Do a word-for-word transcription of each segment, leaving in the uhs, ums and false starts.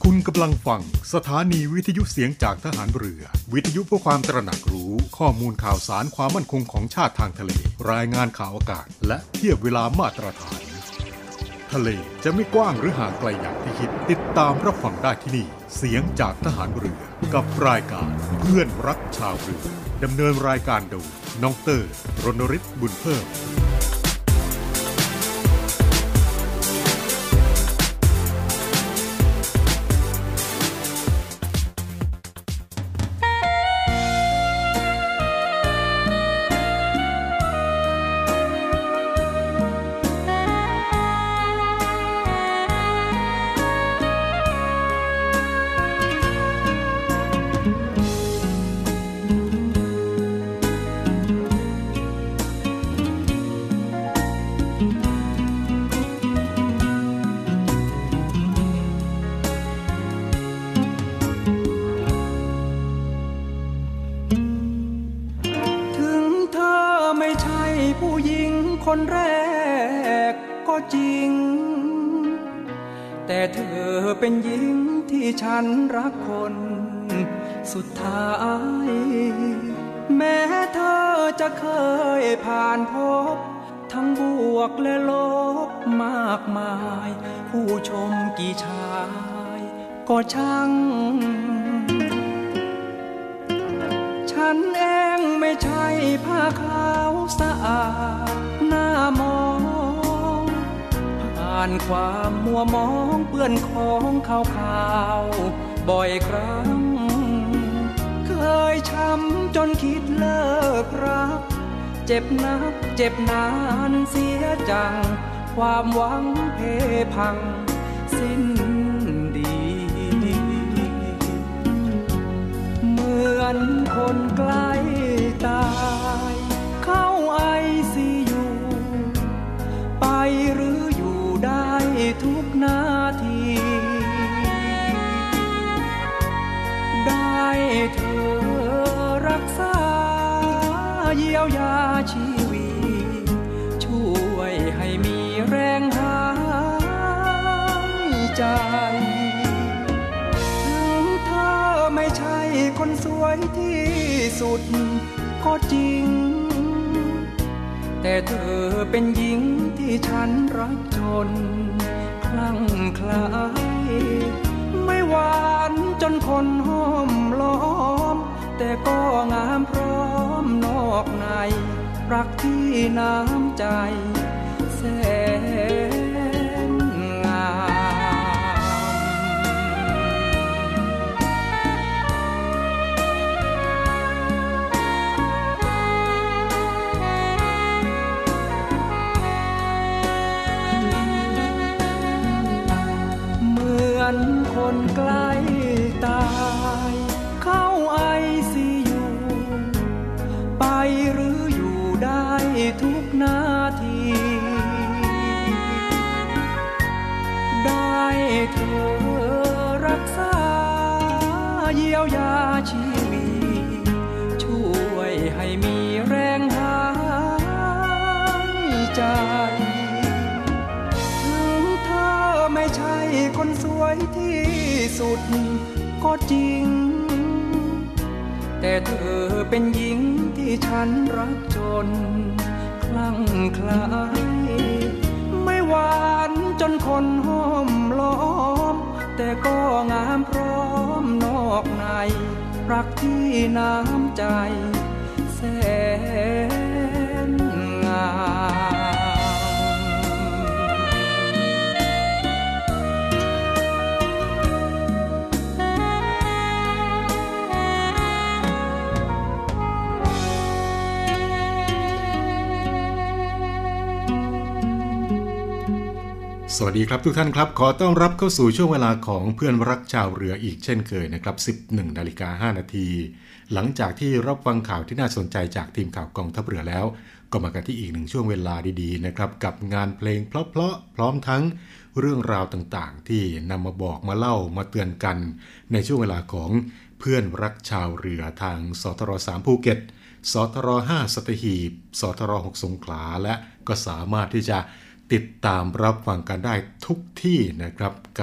คุณกำลังฟังสถานีวิทยุเสียงจากทหารเรือวิทยุเพื่อความตระหนักรู้ข้อมูลข่าวสารความมั่นคงของชาติทางทะเลรายงานข่าวอากาศและเทียบเวลามาตรฐานทะเลจะไม่กว้างหรือห่างไกลอย่างที่คิดติดตามรับฟังได้ที่นี่เสียงจากทหารเรือกับรายการเพื่อนรักชาวเรือดำเนินรายการโดยน้องเตอร์รณฤทธิ์บุญเพิ่มคนแรกก็จริงแต่เธอเป็นหญิงที่ฉันรักคนสุดท้ายแม้เธอจะเคยผ่านพบทั้งบวกและลบมากมายผู้ชมกี่ชายก็ช่างฉันเองไม่ใช่ผ้าขาวสะอาดหน้ามองผ่านความมัวมองเปื้อนของขาวๆบ่อยครั้งเคยช้ำจนคิดเลิกรักเจ็บนักเจ็บนานเสียจังความหวังเพพังสิ้นดีเหมือนคนใกล้ตายเข้าไอซียูไปหรืออยู่ได้ทุกนาทีได้เธอรักษาเยียวยาชีวิตช่วยให้มีแรงหายใจถึงเธอไม่ใช่คนสวยที่สุดก็จริงแต่เธอเป็นหญิงที่ฉันรักจนคลั่งไคล้ไม่หวานจนคนห้อมล้อมแต่ก็งามพร้อมนอกในรักที่น้ำใจแสนงามเหมือนคนใกล้ตายเข้าไอซียูไปหรืออยู่ได้ทุกนาทีได้เธอรักษาเยียวยาชีวิตช่วยให้มีแรงหายใจถึงเธอไม่ใช่คนสวยที่สุดก็จริงแต่เธอเป็นหญิงที่ฉันรักจนคลั่งไคล้ไม่หวานจนคนห้อมล้อมแต่ก็งามพร้อมนอกในรักที่น้ำใจแสนงามสวัสดีครับทุกท่านครับขอต้อนรับเข้าสู่ช่วงเวลาของเพื่อนรักชาวเรืออีกเช่นเคยนะครับ สิบเอ็ดนาฬิกาห้านาทีหลังจากที่รับฟังข่าวที่น่าสนใจจากทีมข่าวกองทัพเรือแล้วก็มากันที่อีกหนึ่งช่วงเวลาดีๆนะครับกับงานเพลงเพราะๆพร้อมทั้งเรื่องราวต่างๆที่นำมาบอกมาเล่ามาเตือนกันในช่วงเวลาของเพื่อนรักชาวเรือทางสทรสามภูเก็ตสทรห้าสัตหีบสทรหกสงขลาและก็สามารถที่จะ ติดตามรับฟังกันได้ทุกที่นะครับกับ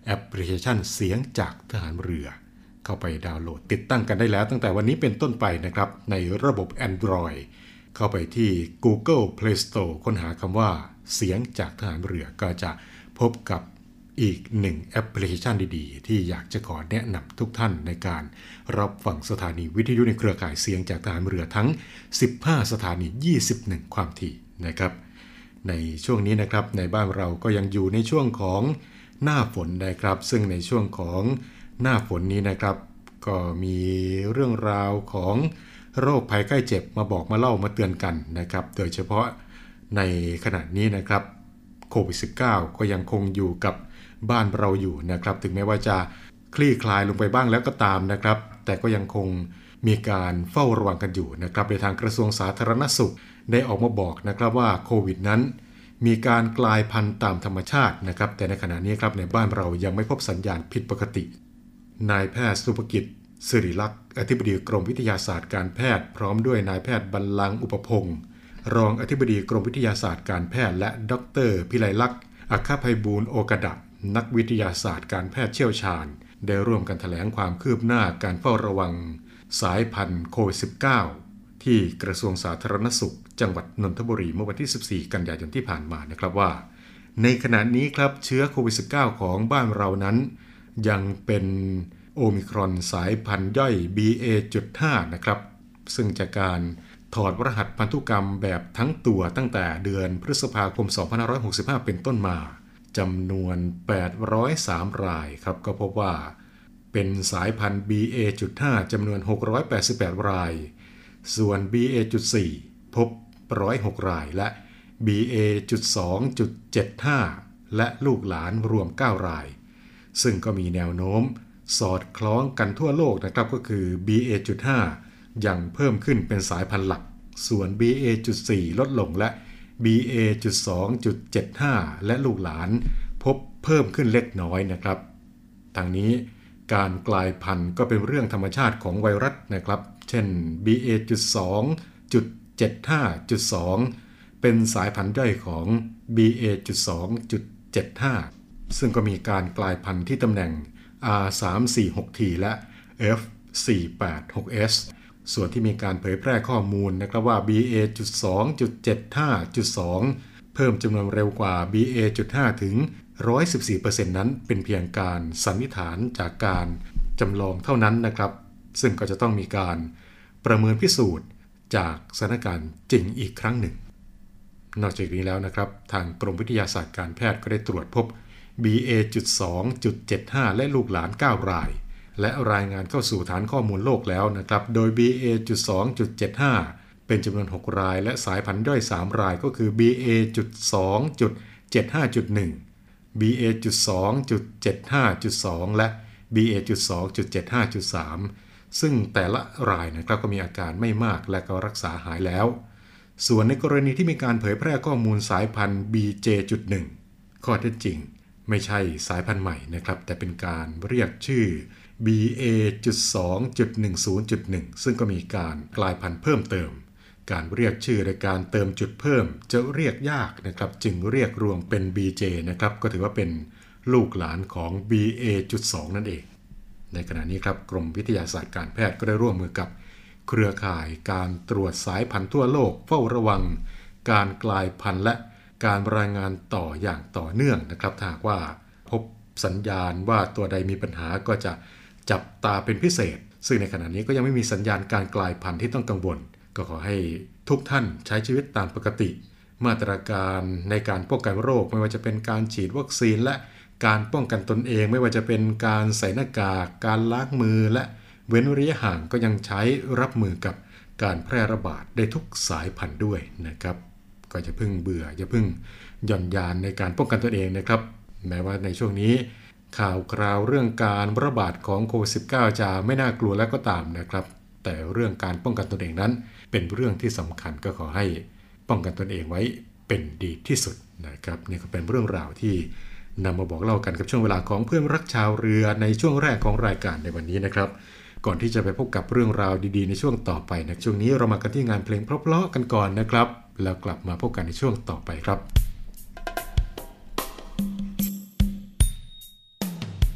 แอปพลิเคชันเสียงจากทหารเรือเข้าไปดาวน์โหลดติดตั้งกันได้แล้วตั้งแต่วันนี้เป็นต้นไปนะครับในระบบ Android เข้าไปที่ Google Play Store ค้นหาคำว่าเสียงจากทหารเรือก็จะพบกับอีกหนึ่งแอปพลิเคชันดีๆที่อยากจะขอแนะนำทุกท่านในการรับฟังสถานีวิทยุในเครือข่ายเสียงจากทหารเรือทั้งสิบห้าสถานียี่สิบเอ็ดความถี่นะครับในช่วงนี้นะครับในบ้านเราก็ยังอยู่ในช่วงของหน้าฝนนะครับซึ่งในช่วงของหน้าฝนนี้นะครับก็มีเรื่องราวของโรคภัยไข้เจ็บมาบอกมาเล่ามาเตือนกันนะครับโดยเฉพาะในขณะนี้นะครับโควิด สิบเก้า ก็ยังคงอยู่กับบ้านเราอยู่นะครับถึงแม้ว่าจะคลี่คลายลงไปบ้างแล้วก็ตามนะครับแต่ก็ยังคงมีการเฝ้าระวังกันอยู่นะครับโดยทางกระทรวงสาธารณสุขได้ออกมาบอกนะครับว่าโควิดนั้นมีการกลายพันธุ์ตามธรรมชาตินะครับแต่ในขณะนี้ครับในบ้านเรายังไม่พบสัญญาณผิดปกตินายแพทย์สุภกิจสิริลักษณ์อธิบดีกรมวิทยาศาสตร์การแพทย์พร้อมด้วยนายแพทย์บรรลังก์อุปพงศ์รองอธิบดีกรมวิทยาศาสตร์การแพทย์และดร.พิไลลักษณ์อัคคไพบูลย์โอกดับนักวิทยาศาสตร์การแพทย์เชี่ยวชาญได้ร่วมกันแถลงความคืบหน้าการเฝ้าระวังสายพันธุ์โควิด สิบเก้า ที่กระทรวงสาธารณสุขจังหวัดนนทบุรีเมื่อวันที่สิบสี่กันยายนที่ผ่านมานะครับว่าในขณะนี้ครับเชื้อโควิด สิบเก้า ของบ้านเรานั้นยังเป็นโอมิครอนสายพันธุ์ย่อย บี เอ จุด ห้า นะครับซึ่งจากการถอดรหัสพันธุกรรมแบบทั้งตัวตั้งแต่เดือนพฤษภาคมสองพันห้าร้อยหกสิบห้าเป็นต้นมาจำนวนแปดร้อยสามรายครับก็พบว่าเป็นสายพันธุ์ บี เอ จุด ห้า จำนวนหกร้อยแปดสิบแปดรายส่วน บี เอ จุด สี่ พบหนึ่งร้อยหกรายและ บี เอ จุด สอง จุด เจ็ดห้า และลูกหลานรวมเก้ารายซึ่งก็มีแนวโน้มสอดคล้องกันทั่วโลกนะครับก็คือ บี เอ จุด ห้า ยังเพิ่มขึ้นเป็นสายพันธุ์หลักส่วน บี เอ จุด สี่ ลดลงและ บี เอ จุด สอง จุด เจ็ดห้า และลูกหลานพบเพิ่มขึ้นเล็กน้อยนะครับทางนี้การกลายพันธุ์ก็เป็นเรื่องธรรมชาติของไวรัสนะครับเช่น บี เอ จุด สอง จุด เจ็ดห้า จุด สอง เป็นสายพันธุ์ย่อยของ บี เอ จุด สอง จุด เจ็ดห้า ซึ่งก็มีการกลายพันธุ์ที่ตำแหน่ง อาร์ สามสี่หก ที และ เอฟ สี่แปดหก เอส ส่วนที่มีการเผยแพร่ข้อมูลนะครับว่า บี เอ จุด สอง จุด เจ็ดห้า จุด สอง เพิ่มจำนวนเร็วกว่า บี เอ จุด ห้า ถึง หนึ่งร้อยสิบสี่เปอร์เซ็นต์ นั้นเป็นเพียงการสันนิษฐานจากการจำลองเท่านั้นนะครับซึ่งก็จะต้องมีการประเมินพิสูจน์จากสถานการณ์จริงอีกครั้งหนึ่งนอกจากนี้แล้วนะครับทางกรมวิทยาศาสตร์การแพทย์ก็ได้ตรวจพบ บี เอ จุด สอง จุด เจ็ดห้า และลูกหลานเก้ารายและรายงานเข้าสู่ฐานข้อมูลโลกแล้วนะครับโดย บี เอ จุด สอง จุด เจ็ดห้า เป็นจำนวนหกรายและสายพันธุ์ย่อยสามรายก็คือ บี เอ จุด สอง จุด เจ็ดห้า จุด หนึ่ง บี เอ จุด สอง จุด เจ็ดห้า จุด สอง และ บี เอ จุด สอง จุด เจ็ดห้า จุด สาม ซึ่งแต่ละรายนะครับก็มีอาการไม่มากและก็รักษาหายแล้วส่วนในกรณีที่มีการเผยแพร่ข้อมูลสายพันธุ์ บี เจ จุด หนึ่ง ข้อเท็จจริงไม่ใช่สายพันธุ์ใหม่นะครับแต่เป็นการเรียกชื่อ บี เอ จุด สอง จุด หนึ่งศูนย์ จุด หนึ่ง ซึ่งก็มีการกลายพันธุ์เพิ่มเติมการเรียกชื่อในการเติมจุดเพิ่มจะเรียกยากนะครับจึงเรียกรวมเป็น บี เจ นะครับก็ถือว่าเป็นลูกหลานของ บี เอ จุด สอง นั่นเองในขณะนี้ครับกรมวิทยาศาสตร์การแพทย์ก็ได้ร่วมมือกับเครือข่ายการตรวจสายพันธุ์ทั่วโลกเฝ้าระวังการกลายพันธุ์และการรายงานต่ออย่างต่อเนื่องนะครับถ้าหากว่าพบสัญญาณว่าตัวใดมีปัญหาก็จะจับตาเป็นพิเศษซึ่งในขณะนี้ก็ยังไม่มีสัญญาณการกลายพันธุ์ที่ต้องกังวลก็ขอให้ทุกท่านใช้ชีวิตตามปกติมาตรการในการป้องกันโรคไม่ว่าจะเป็นการฉีดวัคซีนและการป้องกันตนเองไม่ว่าจะเป็นการใส่หน้ากากการล้างมือและเว้นระยะห่างก็ยังใช้รับมือกับการแพร่ระบาดได้ทุกสายพันธุ์ด้วยนะครับก็จะพึ่งเบื่ออย่าพึ่งหย่อนยานในการป้องกันตนเองนะครับแม้ว่าในช่วงนี้ข่าวคราวเรื่องการระบาดของโควิด สิบเก้า จะไม่น่ากลัวแล้วก็ตามนะครับแต่เรื่องการป้องกันตนเองนั้นเป็นเรื่องที่สำคัญก็ขอให้ป้องกันตนเองไว้เป็นดีที่สุดนะครับนี่ก็เป็นเรื่องราวที่นำมาบอกเล่ากันกับช่วงเวลาของเพื่อนรักชาวเรือในช่วงแรกของรายการในวันนี้นะครับก่อนที่จะไปพบกับเรื่องราวดีๆในช่วงต่อไปนะช่วงนี้เรามากันที่งานเพลงเพราะๆกันก่อนนะครับแล้วกลับมาพบกันในช่วงต่อไปครับ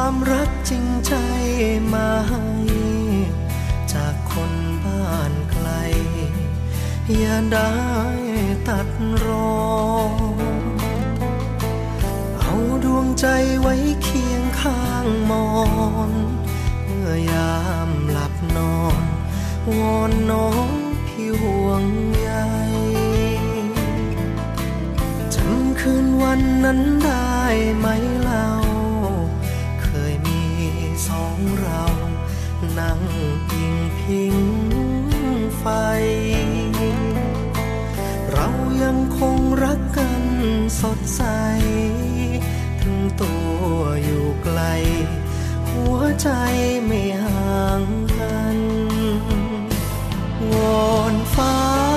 ความรักจริงใจมาให้จากคนบ้านไกลอย่าได้ตัดรอนเอาดวงใจไว้เคียงข้างมอนเมื่อยามหลับนอนวอนน้องพี่ห่วงใยจำคืนวันนั้นได้ไหมเล่าเคยมีสองเรานั่งอิงพิงไฟเรายังคงรักกันสดใสถึงตัวอยู่ไกลหัวใจไม่ห่างกันวอนฟ้า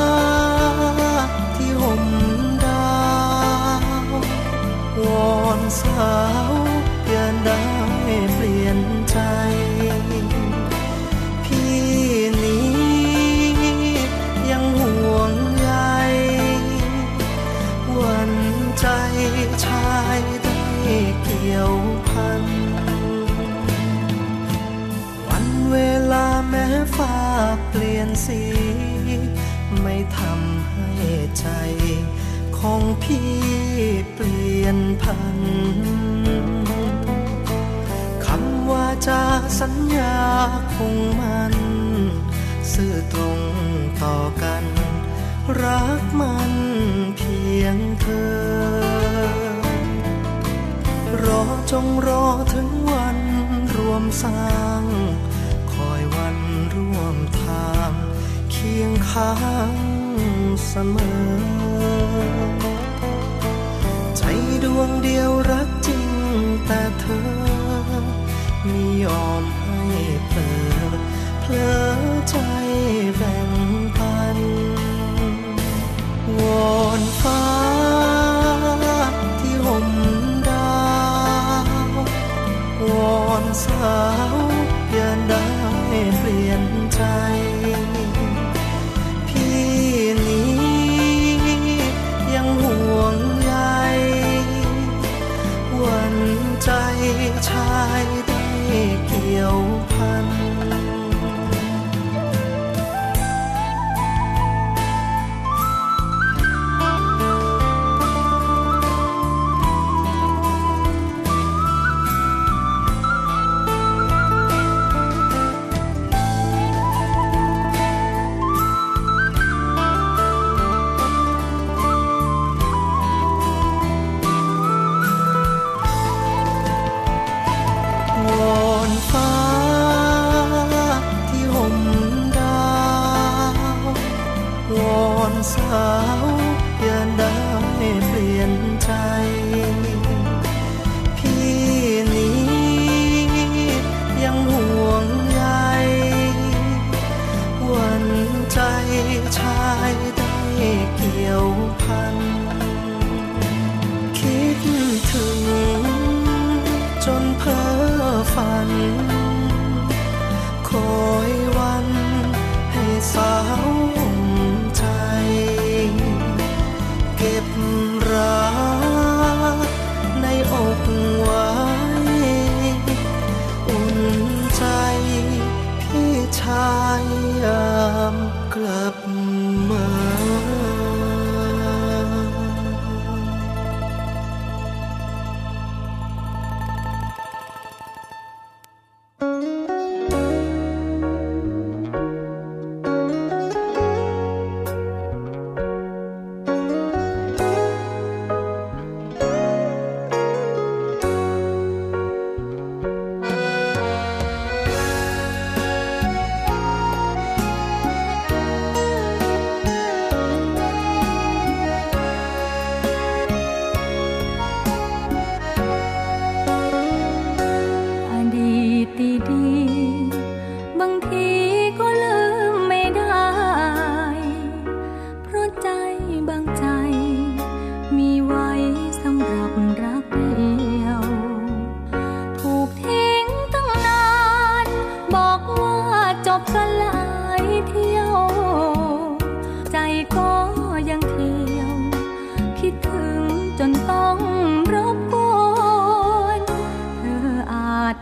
ที่ห่มดาววอนสาวอย่าได้เปลี่ยนใจพี่นี้ยังห่วงใยวันใจชายได้เกี่ยวพันวันเวลาแม้ฟ้าเปลี่ยนสีไม่ทำให้ใจของพี่เปลี่ยนพันคำว่าจะสัญญาคงมันซื่อตรงต่อกันรักมันเพียงเธอรอจงรอถึงวันรวมสร้างคอยวันร่วมทางเคียงข้างเสมอใจดวงเดียวรักจริงแต่เธอไม่ยอมให้เผลอเพลอใจแบ่งปันวอนฟ้าที่ห่มดาววอนสาวอย่าได้เปลี่ยนใจพี่นี้ยังห่วงใยวันใจชายได้เกี่ยวพันสาวอย่าได้เปลี่ยนใจพี่นี้ยังห่วงใยวันใจชายได้เกี่ยวพันคิดถึงจนเพ้อฝันคอยวันให้สาวเก็บรักในอกไว้อุ่นใจพี่ชายยามกลับมา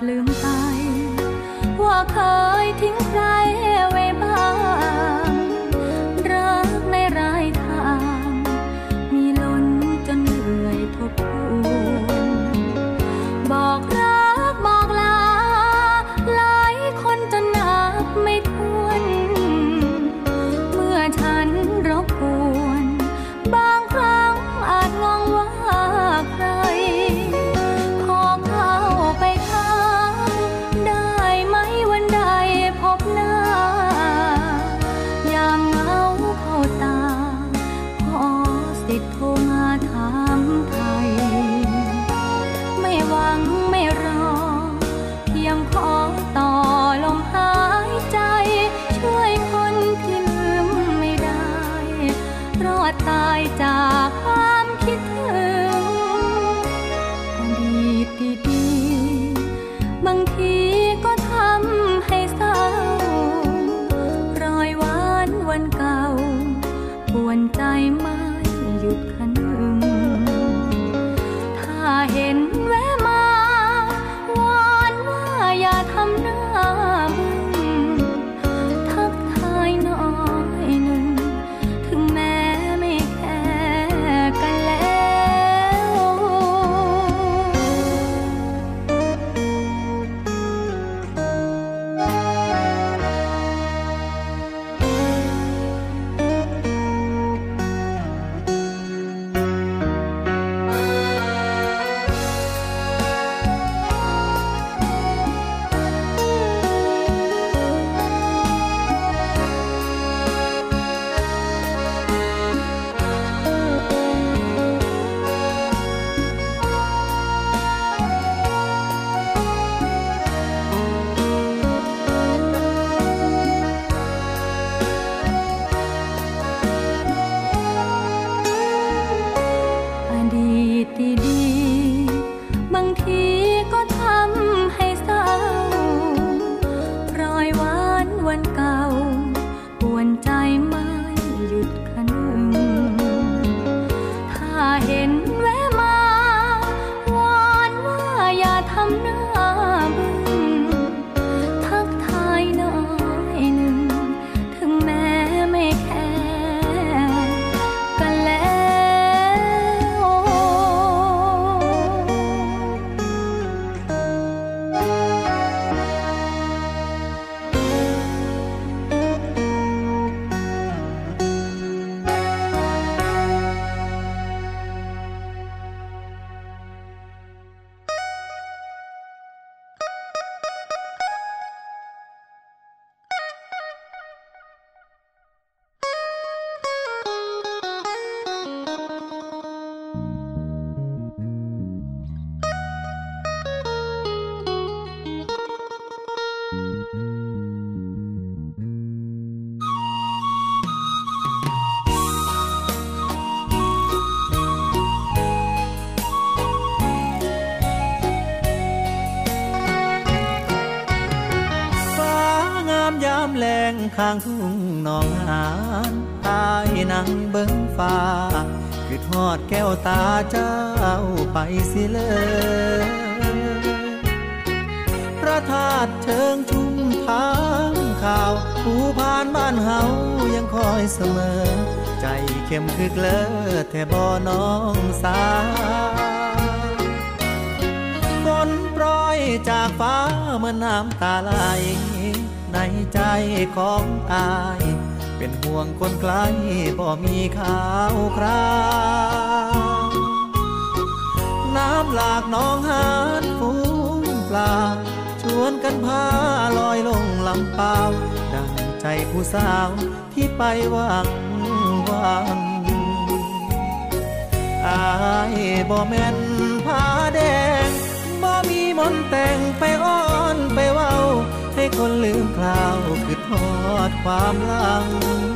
ลืมไปว่าเคยทิ้งใครไว้บ้างรักในรายทางมีล้นจนเหนื่อยทบทวนบอกรักบอกลาหลายคนจนนับไม่ถ้วนเมื่อฉันรบกวนบางครั้งอาจงงว่าใครขอเข้าไปค้างได้ไหมวันใดพบหน้ายามเหงาเข้าตาขอสิทธิ์โทรมาถามไทยไม่หวังไม่รอเพียงขอต่อลมหายใจช่วยคนที่ลืมไม่ได้รอดตายจากความคิดถึงอดีตดีๆบางทีก็ทำให้เศร้ารอยหวานวันเก่าปวนใจไม่หยุดคันนึงถ้าเห็นแวะมาวอนว่าอย่าทำหน้าบึ้งทักทายหน่อยหนึ่งถึงแม้ไม่แค่กันแล้วอดีตดีๆบางทีก็ทำให้เศร้ารอยหวานวันเก่าปวนใจไม่หยุดคันนึงถ้าเห็นแวะมาวอนว่าอย่าทำหน้าบึ้งทักทายหน่อยหนึ่งถึงแม้ไม่แค่กันแล้วยามแลงข้างทุ่งหนองหานตายนั่งเบิ่งฟ้าคือทอดแก้วตาเจ้าไปสิเลยพระธาตุเชิงชุมทางข่าวผู้ผ่านบ้านเฮายังคอยเสมอใจเข้มคึกเลิศแท่บ่น้องสาฝนโปรยจากฟ้าเมื่อน้ำตาไหลในใจของอายเป็นห่วงคนไกลบ่มีข่าวคราวน้ำหลากหนองหานฟูงปลาชวนกันพาลอยลงลำเปล่าดังใจผู้สาวที่ไปหวังหวังอายบ่แม่นผ้าแดงบ่มีมนต์แต่งไปอ้อนไปเว้าให้คนลืมคราวคือทอดความหลัง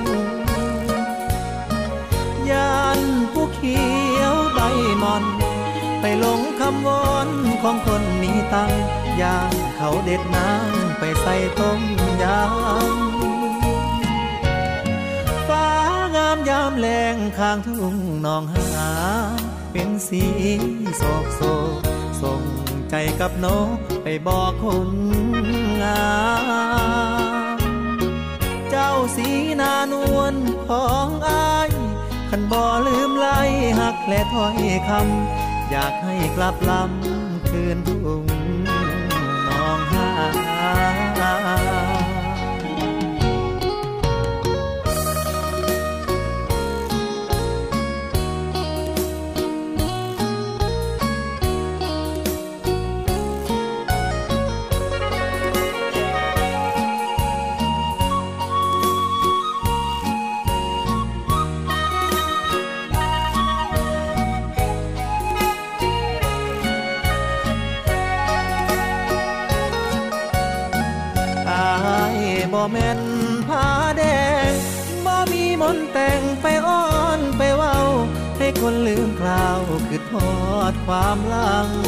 ยานผู้เขียวใบมอนไปหลงคำวอนของคนมีตังย่างเขาเด็ดน้ำไปใส่ต้มยำฟ้างามยามแลงข้างทุ่งหนองหานเป็นสีโศกโศกส่งใจกับนกไปบอกคนงามเจ้าสีนานวลของอายคันบ่ลืมไล่หักและถ้อยคำอยากให้กลับลำคืนทุ่งน้องหาบ่แม่นผ้าแดงบ่มีมนต์แต่งไปอ้อนไปเว้าให้คนลืมคราวคือทอดความหลัง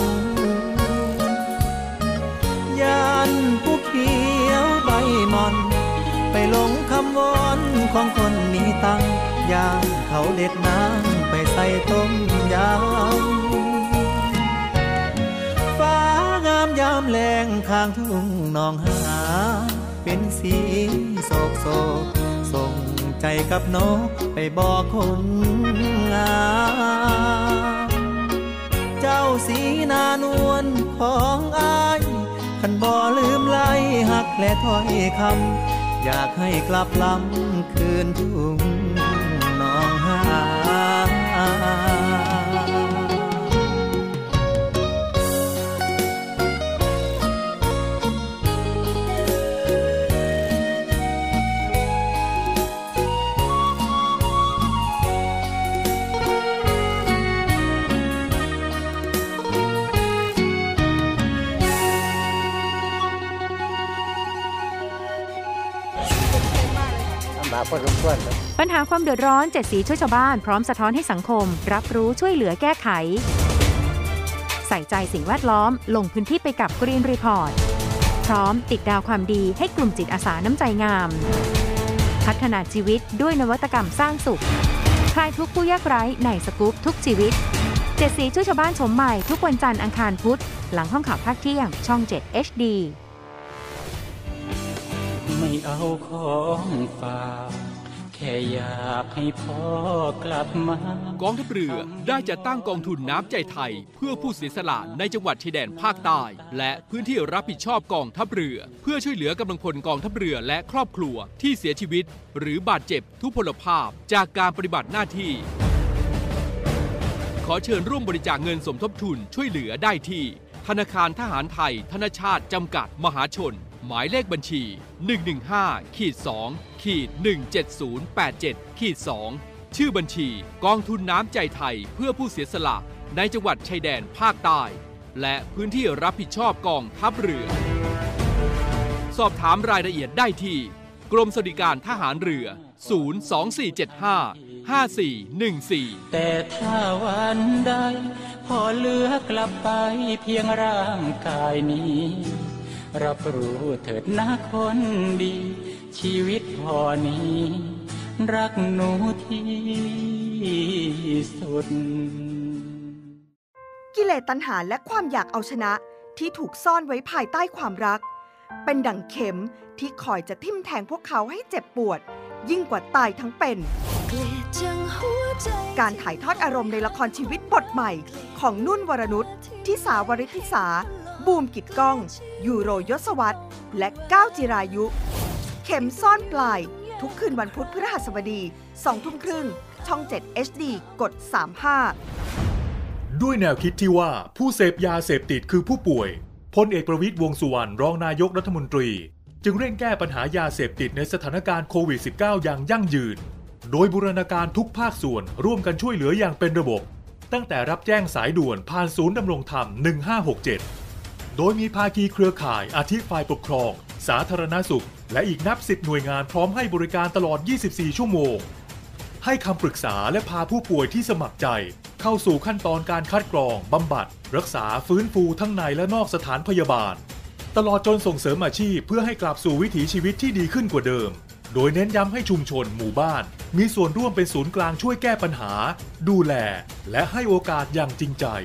ยานผู้เขียวใบมอนไปหลงคำวอนของคนมีตังย่างเขาเด็ดน้ำไปใส่ต้มยำฟ้างามยามแลงข้างทุ่งนองหาเป็นสีโศกโศกส่งใจกับนกไปบอกคนงามเจ้าสีนานวลของอายคันบ่ลืมไล่หักและถ้อยคำอยากให้กลับลำคืนทุ่งน้องหาปัญหาความเดือดร้อนเจ็ดสีช่วยชาวบ้านพร้อมสะท้อนให้สังคมรับรู้ช่วยเหลือแก้ไขใส่ใจสิ่งแวดล้อมลงพื้นที่ไปกับ Green Report พร้อมติดดาวความดีให้กลุ่มจิตอาสาน้ำใจงามพัฒนาชีวิตด้วยนวัตกรรมสร้างสุขคลายทุกผู้ยากไร้ในสกู๊ปทุกชีวิตเจ็ดสีช่วยชาวบ้านชมใหม่ทุกวันจันทร์อังคารพุธหลังห้องข่าวภาคเที่ยงช่องเจ็ด เอช ดีไม่เอาของฝากแค่อยากให้พ่อกลับมากองทัพเรือได้จัดตั้งกองทุนน้ำใจไทยเพื่อผู้เสียสละในจังหวัดชายแดนภาคใต้และพื้นที่รับผิดชอบกองทัพเรือเพื่อช่วยเหลือกำลังพลกองทัพเรือและครอบครัวที่เสียชีวิตหรือบาดเจ็บทุพพลภาพจากการปฏิบัติหน้าที่ขอเชิญร่วมบริจาคเงินสมทบทุนช่วยเหลือได้ที่ธนาคารทหารไทยธนชาติจำกัดมหาชนหมายเลขบัญชี หนึ่ง หนึ่ง ห้า สอง หนึ่ง เจ็ด ศูนย์ แปด เจ็ด สอง ชื่อบัญชีกองทุนน้ำใจไทยเพื่อผู้เสียสละในจังหวัดชายแดนภาคใต้และพื้นที่รับผิดชอบกองทัพเรือสอบถามรายละเอียดได้ที่กรมสวัสดิการทหารเรือศูนย์ สอง สี่ เจ็ด ห้า ห้า สี่ หนึ่ง สี่แต่ถ้าวันใดพอเหลือกลับไปเพียงร่างกายนี้รับรู้เถิดนะคนดีชีวิตพอนี้รักหนูที่สุดกิเลสตัณหาและความอยากเอาชนะที่ถูกซ่อนไว้ภายใต้ความรักเป็นดั่งเข็มที่คอยจะทิ่มแทงพวกเขาให้เจ็บปวดยิ่งกว่าตายทั้งเป็นการถ่ายทอดอารมณ์ในละครชีวิตบทใหม่ของนุ่นวรนุชทิสาวริธิสาบูมกิจก้องยูโรยศวรรษและก้าวจิรายุเข็มซ่อนปลายทุกคืนวันพุธพฤหัสบดีสองทุ่มครึ่งช่องเจ็ด เอช ดี กดสามสิบห้าด้วยแนวคิดที่ว่าผู้เสพยาเสพติดคือผู้ป่วยพลเอกประวิตรวงษ์สุวรรณรองนายกรัฐมนตรีจึงเร่งแก้ปัญหายาเสพติดในสถานการณ์โควิด สิบเก้า อย่างยั่งยืนโดยบูรณาการทุกภาคส่วนร่วมกันช่วยเหลืออย่างเป็นระบบตั้งแต่รับแจ้งสายด่วนผ่านศูนย์ดำรงธรรมหนึ่งห้าหกเจ็ดโดยมีภาคีเครือข่ายอาทิฝ่ายปกครองสาธารณสุขและอีกนับสิบหน่วยงานพร้อมให้บริการตลอดยี่สิบสี่ชั่วโมงให้คำปรึกษาและพาผู้ป่วยที่สมัครใจเข้าสู่ขั้นตอนการคัดกรองบำบัดรักษาฟื้นฟูทั้งในและนอกสถานพยาบาลตลอดจนส่งเสริมอาชีพเพื่อให้กลับสู่วิถีชีวิตที่ดีขึ้นกว่าเดิมโดยเน้นย้ำให้ชุมชนหมู่บ้านมีส่วนร่วมเป็นศูนย์กลางช่วยแก้ปัญหาดูแลและให้โอกาสอย่างจริงใจ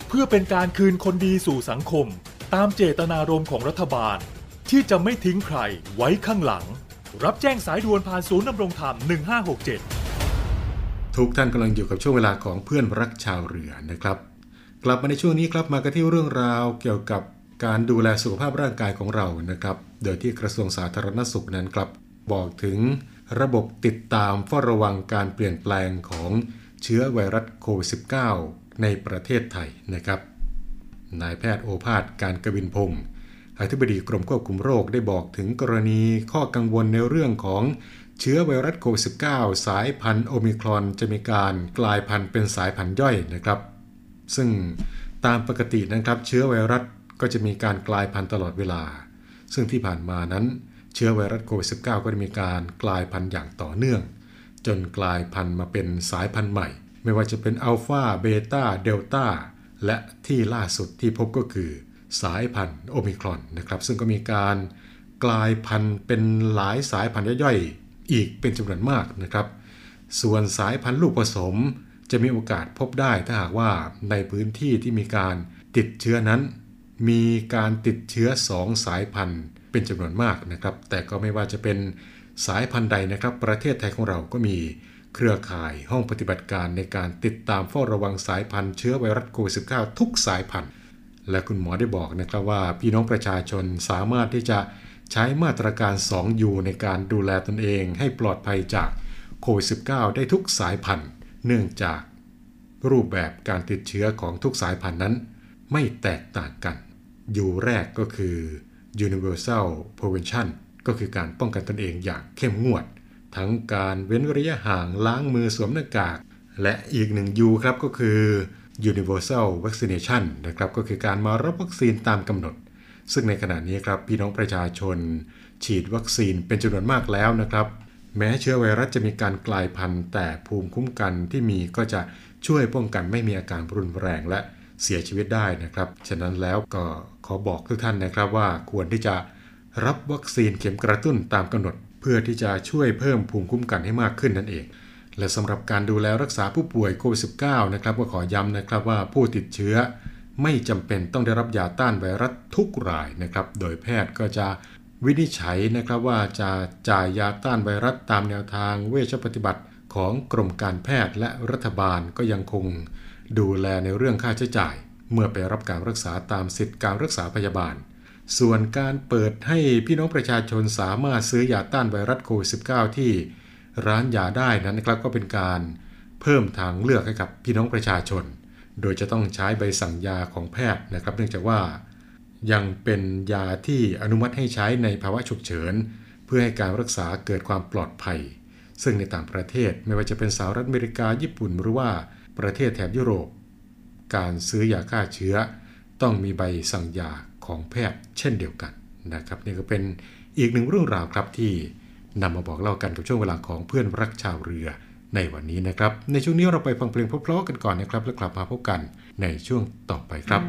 เพื่อเป็นการคืนคนดีสู่สังคมตามเจตนารมณ์ของรัฐบาลที่จะไม่ทิ้งใครไว้ข้างหลังรับแจ้งสายด่วนผ่านศูนย์ดำรงธรรมหนึ่งห้าหกเจ็ดทุกท่านกำลังอยู่กับช่วงเวลาของเพื่อนรักชาวเรือนะครับกลับมาในช่วงนี้ครับมากันที่เรื่องราวเกี่ยวกับการดูแลสุขภาพร่างกายของเรานะครับโดยที่กระทรวงสาธารณสุขนั้นครับบอกถึงระบบติดตามเฝ้าระวังการเปลี่ยนแปลงของเชื้อไวรัสโควิด สิบเก้า ในประเทศไทยนะครับนายแพทย์โอภาสการกวินพงศ์อธิบดีกรมควบคุมโรคได้บอกถึงกรณีข้อกังวลในเรื่องของเชื้อไวรัสโควิด สิบเก้า สายพันธุ์โอมิครอนจะมีการกลายพันธุ์เป็นสายพันธุ์ย่อยนะครับซึ่งตามปกตินะครับเชื้อไวรัสก็จะมีการกลายพันธุ์ตลอดเวลาซึ่งที่ผ่านมานั้นเชื้อไวรัสโควิด สิบเก้า ก็ได้มีการกลายพันธุ์อย่างต่อเนื่องจนกลายพันธุ์มาเป็นสายพันธุ์ใหม่ไม่ว่าจะเป็นอัลฟาเบต้าเดลต้าและที่ล่าสุดที่พบก็คือสายพันธุ์โอมิครอนนะครับซึ่งก็มีการกลายพันธุ์เป็นหลายสายพันธุ์ย่อยๆอีกเป็นจำนวนมากนะครับส่วนสายพันธุ์ลูกผสมจะมีโอกาสพบได้ถ้าหากว่าในพื้นที่ที่มีการติดเชื้อนั้นมีการติดเชื้อสองสายพันธุ์เป็นจำนวนมากนะครับแต่ก็ไม่ว่าจะเป็นสายพันธุ์ใดนะครับประเทศไทยของเราก็มีเครือข่ายห้องปฏิบัติการในการติดตามเฝ้าระวังสายพันธุ์เชื้อไวรัสโควิด สิบเก้า ทุกสายพันธุ์และคุณหมอได้บอกนะครับว่าพี่น้องประชาชนสามารถที่จะใช้มาตรการ สอง ยู ในการดูแลตนเองให้ปลอดภัยจากโควิด สิบเก้า ได้ทุกสายพันธุ์เนื่องจากรูปแบบการติดเชื้อของทุกสายพันธุ์นั้นไม่แตกต่างกัน ยู แรกก็คือ Universal Prevention ก็คือการป้องกันตนเองอย่างเข้มงวดทั้งการเว้นระยะห่างล้างมือสวมหน้ากากและอีกหนึ่ง U ครับก็คือ Universal Vaccination นะครับก็คือการมารับวัคซีนตามกำหนดซึ่งในขณะนี้ครับพี่น้องประชาชนฉีดวัคซีนเป็นจำนวนมากแล้วนะครับแม้เชื้อไวรัสจะมีการกลายพันธุ์แต่ภูมิคุ้มกันที่มีก็จะช่วยป้องกันไม่มีอาการรุนแรงและเสียชีวิตได้นะครับฉะนั้นแล้วก็ขอบอกทุกท่านนะครับว่าควรที่จะรับวัคซีนเข็มกระตุ้นตามกำหนดเพื่อที่จะช่วยเพิ่มภูมิคุ้มกันให้มากขึ้นนั่นเองและสำหรับการดูแลรักษาผู้ป่วยโควิด สิบเก้า นะครับก็ขอย้ำนะครับว่าผู้ติดเชื้อไม่จำเป็นต้องได้รับยาต้านไวรัสทุกรายนะครับโดยแพทย์ก็จะวินิจฉัยนะครับว่าจะจ่ายยาต้านไวรัสตามแนวทางเวชปฏิบัติของกรมการแพทย์และรัฐบาลก็ยังคงดูแลในเรื่องค่าใช้จ่ายเมื่อไปรับการรักษาตามสิทธิการรักษาพยาบาลส่วนการเปิดให้พี่น้องประชาชนสามารถซื้อยาต้านไวรัสโควิด สิบเก้า ที่ร้านยาได้นั้นนะครับก็เป็นการเพิ่มทางเลือกให้กับพี่น้องประชาชนโดยจะต้องใช้ใบสั่งยาของแพทย์นะครับเนื่องจากว่ายังเป็นยาที่อนุมัติให้ใช้ในภาวะฉุกเฉินเพื่อให้การรักษาเกิดความปลอดภัยซึ่งในต่างประเทศไม่ว่าจะเป็นสหรัฐอเมริกาญี่ปุ่นหรือว่าประเทศแถบยุโรปการซื้อยาฆ่าเชื้อต้องมีใบสั่งยาของแพทย์เช่นเดียวกันนะครับนี่ก็เป็นอีกหนึ่งเรื่องราวครับที่นำมาบอกเล่ากันกับช่วงเวลาของเพื่อนรักชาวเรือในวันนี้นะครับในช่วงนี้เราไปฟังเพลงเพราะๆกันก่อนนะครับแล้วกลับมาพบกันในช่วงต่อไปครับ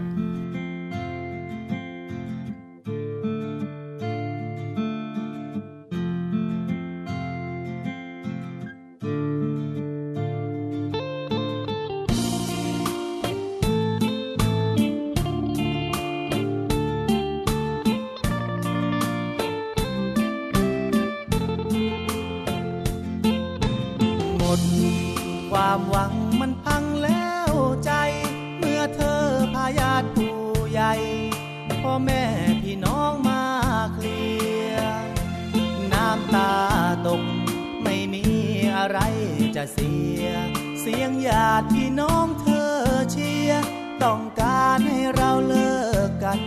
ความหวังมันพังแล้วใจเมื่อเธอพาญาติผู้ใหญ่พ่อแม่พี่น้องมาเคลียร์น้ำตาตกไม่มีอะไรจะเสียเสียงญาติพี่น้องเธอเชียร์ต้องการให้เราเลิกกัน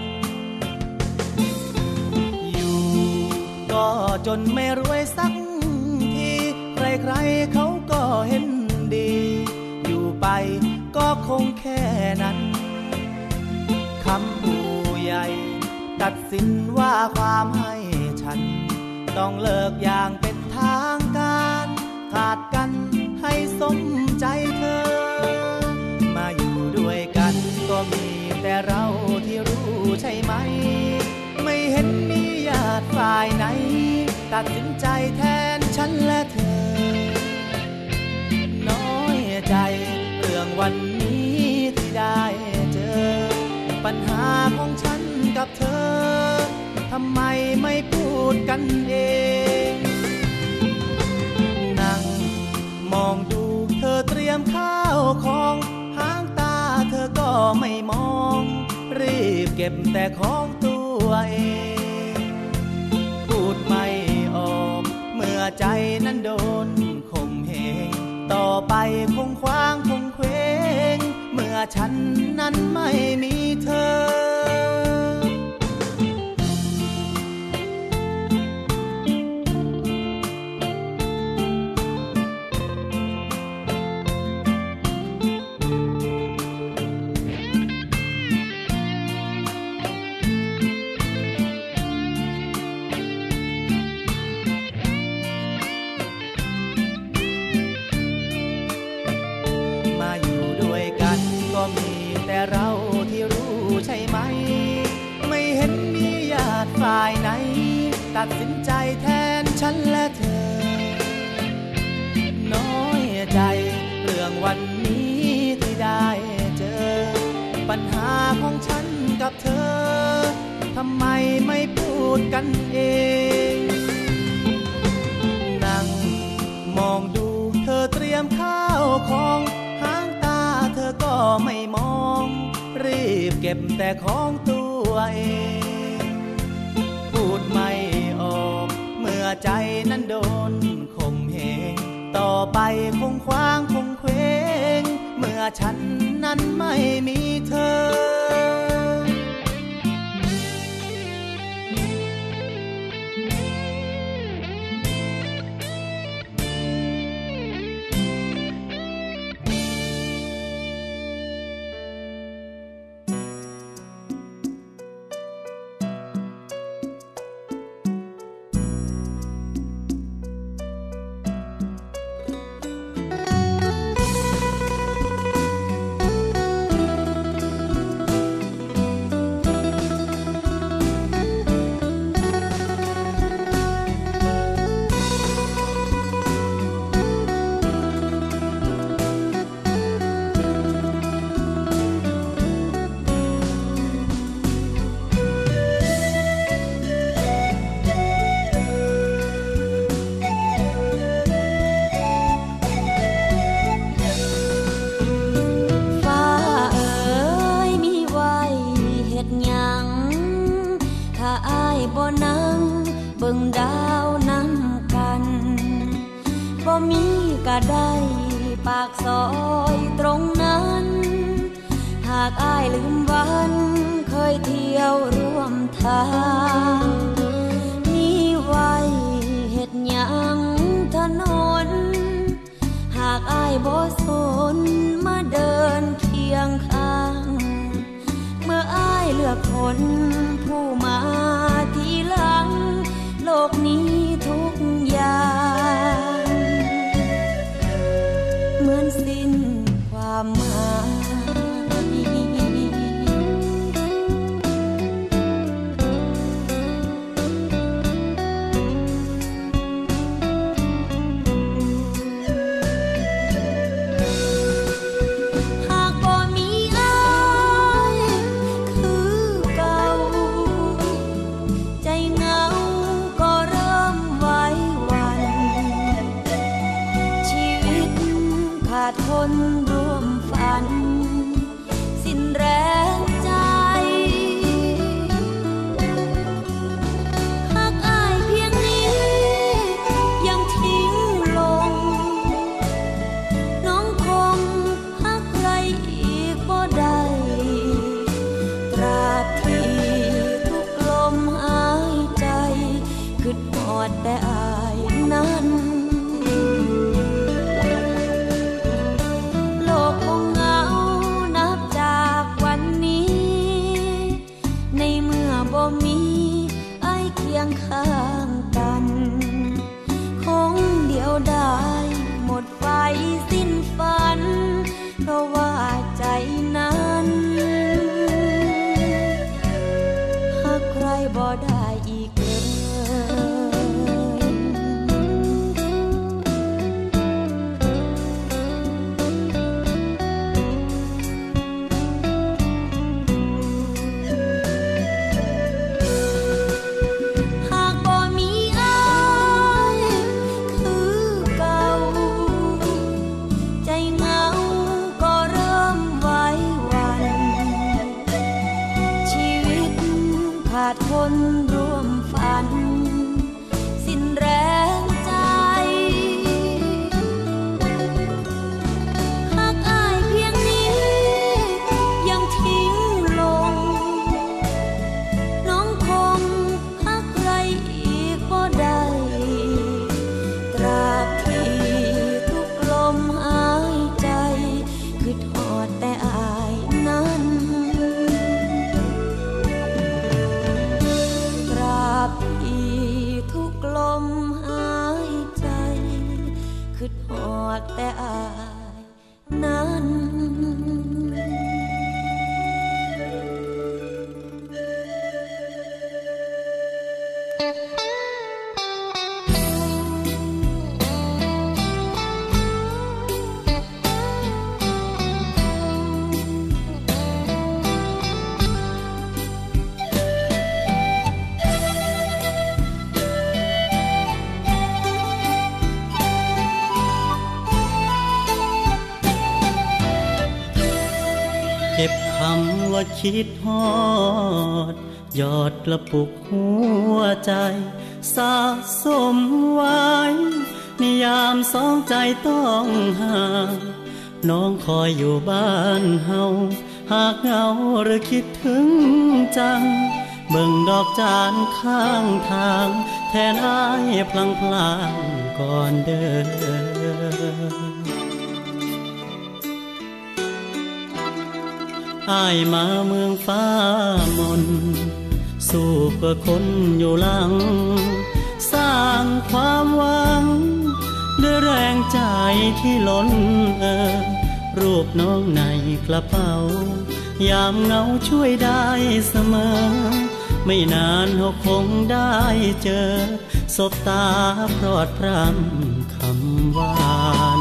อยู่ก็จนไม่รวยสักทีใครๆเขาก็เห็นอยู่ไปก็คงแค่นั้นคำผู้ใหญ่ตัดสินว่าความให้ฉันต้องเลิกอย่างเป็นทางการขาดกันให้สมใจเธอมาอยู่ด้วยกันก็มีแต่เราที่รู้ใช่ไหมไม่เห็นมีญาติฝ่ายไหนตัดสินใจแทนฉันและเธอใจเรื่องวันนี้ที่ได้เจอกันเองนั่งมองดูเธอเตรียมข้าวของหางตาเธอก็ไม่มองรีบเก็บแต่ของตัวเองพูดไม่ออกเมื่อใจนั้นโดนข่มเหงต่อไปคงคว้างคงเคว้งเมื่อฉันนั้นไม่มีเธอเราที่รู้ใช่ไหมไม่เห็นมีญาติฝ่ายไหนตัดสินใจแทนฉันและเธอน้อยใจเรื่องวันนี้ที่ได้เจอปัญหาของฉันกับเธอทำไมไม่พูดกันเองนั่งมองดูเธอเตรียมข้าวของหางตาเธอก็ไม่มองรีบเก็บแต่ของตัวเองพูดไม่ออกเมื่อใจนั้นโดนข่มเหงต่อไปคงคว้างคงเคว้งเมื่อฉันนั้นไม่มีเธอดาวนำกันบ่มีก็ได้ปากซอยตรงนั้นหากอ้ายลืมวันเคยเที่ยวร่วมทางมีไว้เฮ็ดหยังถนนหากอ้ายบ่สนมาเดินเคียงข้างเมื่ออ้ายเลือกคนผู้มาทีหลังโลกนี้ทุกอย่างเหมือนสิ้นความหมายคนร่วมฝันสิ้นแรงใจหากอ้ายเพียงนี้ยังทิ้งลงน้องคงหาใครอีกบ่ได้ตราบที่ทุกลมหายใจคิดฮอดแต่อ้ายนั้นบ่มีไอ้เคียงข้างกันคงเดียวดายหมดไฟสิ้นฝันเพราะว่าใจนั้นหากใครบ่ได้อีกเลยหากบ่มีคนร่วมฝันสิ้นแรงใจหากอายเพียงนี้ยังทิ้งลงน้องคงหักใครอีกบ่ได้ตราบที่ทุกลมหายใจคือทอดแต่อายนั้นตราบที่ทุกลมหายใจคือทอดแต่อายนั้นเก็บคำว่าคิดฮอดยอดกระปุกหัวใจสะสมไว้นิยามสองใจต้องห่างน้องคอยอยู่บ้านเฮาหากเหงาหรือคิดถึงจังเบิ่งดอกจานข้างทางแทนอ้ายพลังพลางก่อนเดินอ้ายมาเมืองฟ้ามนสู้เพื่อคนอยู่หลังสร้างความหวังด้วยแรงใจที่ล้นเอ่อรูปน้องในกระเป๋ายามเหงาช่วยได้เสมอไม่นานเราคงได้เจอสบตาพรอดพรำคำหวาน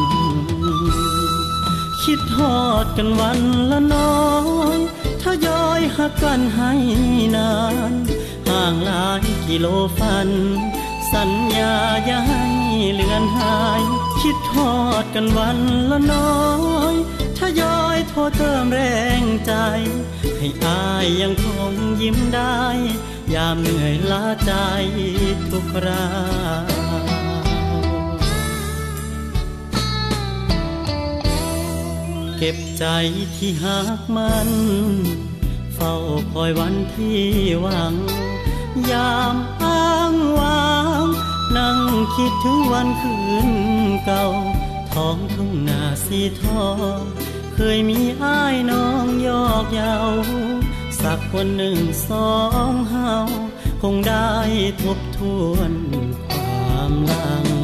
คิดฮอดกันวันละน้อยทยอยหักกันให้นานห่างหลายกิโลฟันสัญญาอย่าให้เลือนหายคิดฮอดกันวันละน้อยทยอยโทรเติมแรงใจให้อายยังคงยิ้มได้ยามเหนื่อยล้าใจทุกคราวเก็บใจที่หักมันเฝ้าคอยวันที่หวังยามอ้างว้างนั่งคิดถึงวันคืนเก่าท้องทุ่งนาสีทองเคยมีอ้ายน้องยอกเยาสักวันหนึ่งสองเฮาคงได้ทบทวนความหลัง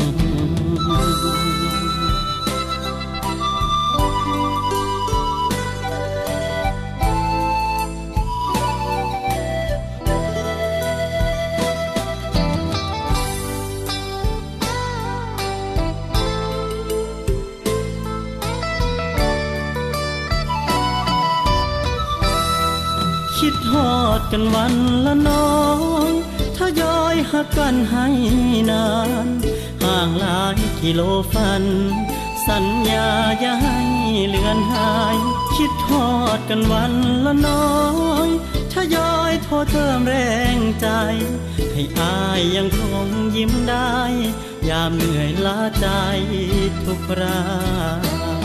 คิดฮอดกันวันละน้อยทยอยหักกันให้นานห่างหลายกิโลฟันสัญญาอย่าให้เลือนหายคิดฮอดกันวันละน้อยทยอยโทรเติมแรงใจให้อายยังคงยิ้มได้ยามเหนื่อยล้าใจทุกคราว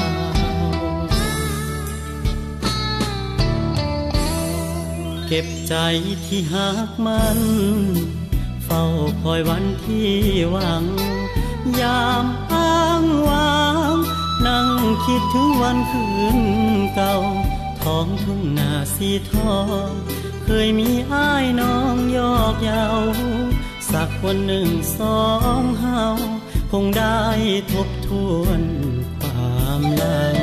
เก็บใจที่หักมันเฝ้าคอยวันที่หวังยามอ้างว้างนั่งคิดถึงวันคืนเก่าท้องทุ่งนาสีทองเคยมีอ้ายน้องยอกเยาสักวันหนึ่งสองเฮาคงได้ทบทวนความหลัง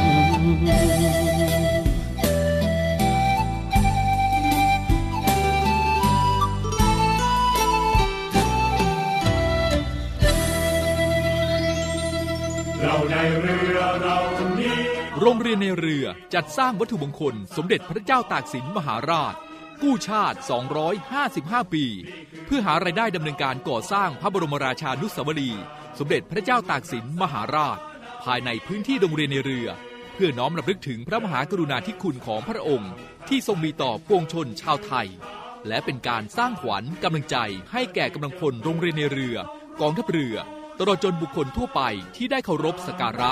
ในเรือเรานี้โรงเรียนในเรือจัดสร้างวัตถุมงคลสมเด็จพระเจ้าตากสินมหาราชกู้ชาติสองร้อยห้าสิบห้าปีเพื่อหารายได้ดำเนินการก่อสร้างพระบรมราชานุสาวรีย์สมเด็จพระเจ้าตากสินมหาราชภายในพื้นที่โรงเรียนในเรือเพื่อน้อมรำลึกถึงพระมหากรุณาธิคุณของพระองค์ที่ทรงมีต่อปวงชนชาวไทยและเป็นการสร้างขวัญกำลังใจให้แก่กำลังพลโรงเรียนในเรือกองทัพเรือตลอดจนบุคคลทั่วไปที่ได้เคารพสักการะ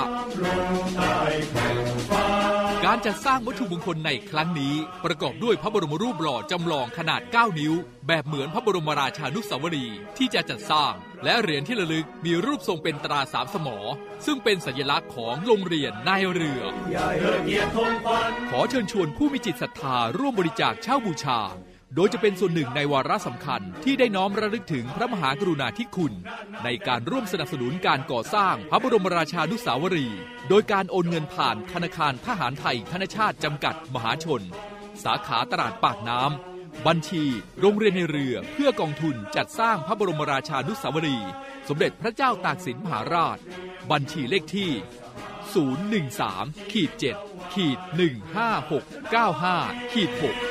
การจัดสร้างวัตถุมงคลในครั้งนี้ประกอบด้วยพระบรมรูปหล่อจำลองขนาดเก้านิ้วแบบเหมือนพระบรมราชานุสาวรีย์ที่จะจัดสร้างและเหรียญที่ระลึกมีรูปทรงเป็นตราสามสมอซึ่งเป็นสัญลักษณ์ของโรงเรียนนายเรือขอเชิญชวนผู้มีจิตศรัทธาร่วมบริจาคเช่าบูชาโดยจะเป็นส่วนหนึ่งในวาระสำคัญที่ได้น้อมระลึกถึงพระมหากรุณาธิคุณในการร่วมสนับสนุนการก่อสร้างพระบรมราชานุสาวรีย์โดยการโอนเงินผ่านธนาคารทหารไทยธนชาติจำกัดมหาชนสาขาตลาดปากน้ำบัญชีโรงเรียนในเรือเพื่อกองทุนจัดสร้างพระบรมราชานุสาวรีย์สมเด็จพระเจ้าตากสินมหาราชบัญชีเลขที่ ศูนย์ หนึ่ง สาม เจ็ด หนึ่ง ห้า หก เก้า ห้า หก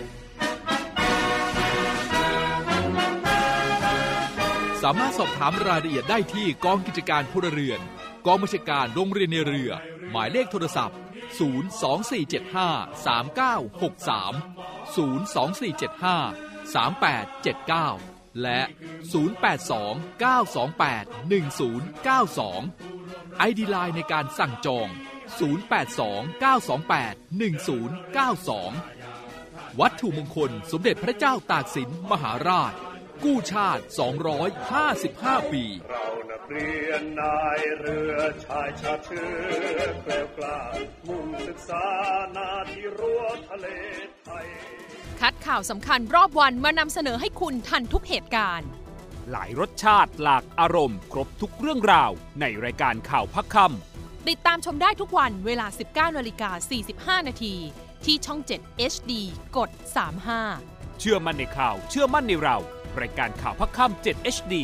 สามารถสอบถามรายละเอียดได้ที่กองกิจการพลเรือนกองบัญชาการโรงเรียนในเรือหมายเลขโทรศัพท์ศูนย์ สอง สี่ เจ็ด ห้า สาม เก้า หก สาม ศูนย์ สอง สี่ เจ็ด ห้า สาม แปด เจ็ด เก้าและศูนย์ แปด สอง เก้า สอง แปด หนึ่ง ศูนย์ เก้า สอง ไอ ดี ไลน์ในการสั่งจองศูนย์ แปด สอง เก้า สอง แปด หนึ่ง ศูนย์ เก้า สองวัตถุมงคลสมเด็จพระเจ้าตากสินมหาราชกู้ชาติสองร้อยห้าสิบห้าปีเรานักเรียนนายเรือชายชาติเชื้อแกล้วกล้ามุ่งศึกษานาที่รั้วทะเลไทยคัดข่าวสำคัญรอบวันมานำเสนอให้คุณทันทุกเหตุการณ์หลายรสชาติหลากอารมณ์ครบทุกเรื่องราวในรายการข่าวพักค่ำติดตามชมได้ทุกวันเวลา สิบเก้านาฬิกาสี่สิบห้านาทีที่ช่องเจ็ด เอช ดี กดสามสิบห้าเชื่อมั่นในข่าวเชื่อมั่นในเรารายการข่าวพักค่ำเจ็ด เอช ดี